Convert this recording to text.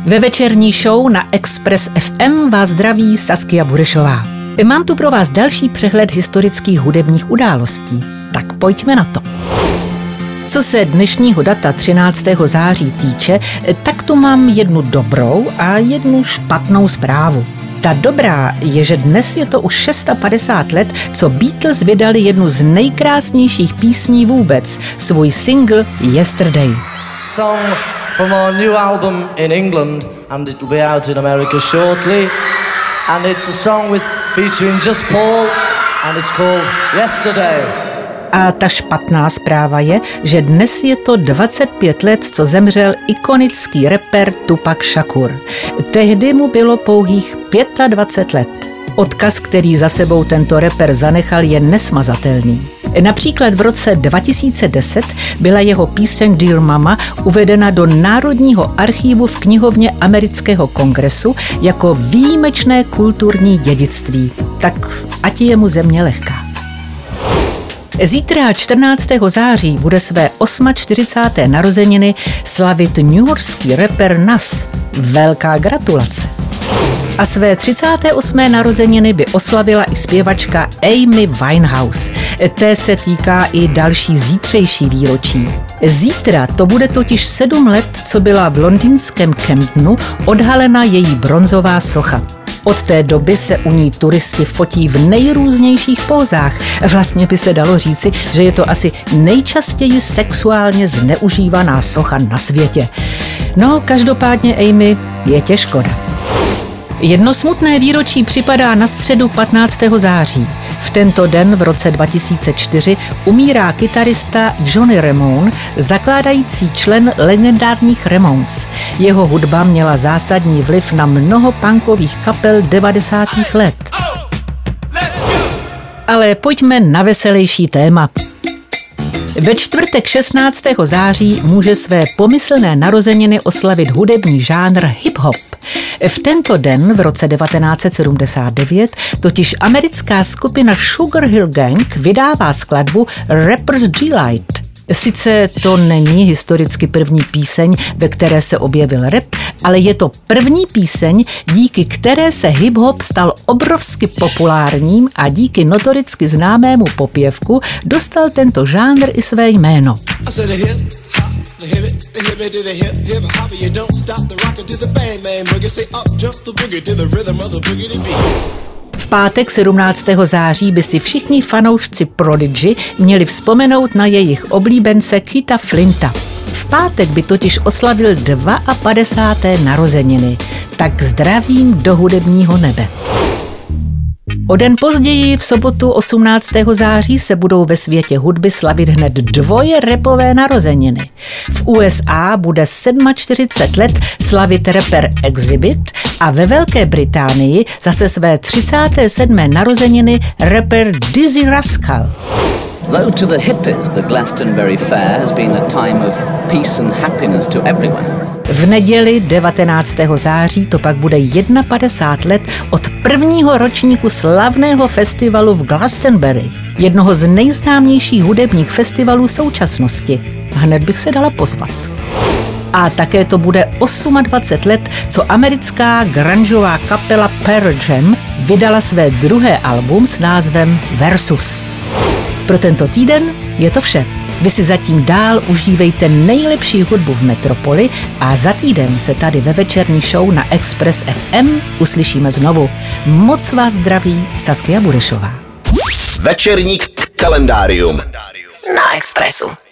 Ve večerní show na Express FM vás zdraví Saskia Burešová. Mám tu pro vás další přehled historických hudebních událostí. Tak pojďme na to. Co se dnešního data 13. září týče, tak tu mám jednu dobrou a jednu špatnou zprávu. Ta dobrá je, že dnes je to už 650 let, co Beatles vydali jednu z nejkrásnějších písní vůbec, svůj single Yesterday. Song from our new album in England and it will be out in America shortly. And it's a song featuring just Paul and it's called Yesterday. A ta špatná zpráva je, že dnes je to 25 let, co zemřel ikonický rapper Tupac Shakur. Tehdy mu bylo pouhých 25 let. Odkaz, který za sebou tento rapper zanechal, je nesmazatelný. Například v roce 2010 byla jeho píseň Dear Mama uvedena do Národního archívu v knihovně Amerického kongresu jako výjimečné kulturní dědictví. Tak ať je mu země lehká. Zítra 14. září bude své 48. narozeniny slavit newyorský rapper Nas. Velká gratulace. A své 38. narozeniny by oslavila i zpěvačka Amy Winehouse. Té se týká i další zítřejší výročí. Zítra to bude totiž 7 let, co byla v londýnském Camdenu odhalena její bronzová socha. Od té doby se u ní turisti fotí v nejrůznějších pózách. Vlastně by se dalo říci, že je to asi nejčastěji sexuálně zneužívaná socha na světě. No, každopádně Amy, je tě škoda. Jedno smutné výročí připadá na středu 15. září. V tento den v roce 2004 umírá kytarista Johnny Ramone, zakládající člen legendárních Ramones. Jeho hudba měla zásadní vliv na mnoho punkových kapel 90. let. Ale pojďme na veselější téma. Ve čtvrtek 16. září může své pomyslné narozeniny oslavit hudební žánr hip-hop. V tento den v roce 1979 totiž americká skupina Sugar Hill Gang vydává skladbu Rapper's Delight. Sice to není historicky první píseň, ve které se objevil rap, ale je to první píseň, díky které se hip-hop stal obrovsky populárním a díky notoricky známému popěvku dostal tento žánr i své jméno. V pátek 17. září by si všichni fanoušci Prodigy měli vzpomenout na jejich oblíbence Keitha Flinta. V pátek by totiž oslavil 52. narozeniny. Tak zdravím do hudebního nebe. O den později, v sobotu 18. září, se budou ve světě hudby slavit hned dvoje rapové narozeniny. V USA bude 47 let slavit rapper Exhibit a ve Velké Británii zase své 37. narozeniny rapper Dizzy Rascal. Though to the hippies the Glastonbury Fair has been a time of peace and happiness to everyone. V neděli 19. září to pak bude 51 let od prvního ročníku slavného festivalu v Glastonbury, jednoho z nejznámějších hudebních festivalů současnosti. Hned bych se dala pozvat. A také to bude 28 let, co americká grungeová kapela Pearl Jam vydala své druhé album s názvem Versus. Pro tento týden je to vše. Vy si zatím dál užívejte nejlepší hudbu v metropoli a za týden se tady ve večerní show na Express FM uslyšíme znovu. Moc vás zdraví Saskia Burešová. Večerní kalendárium na Expressu.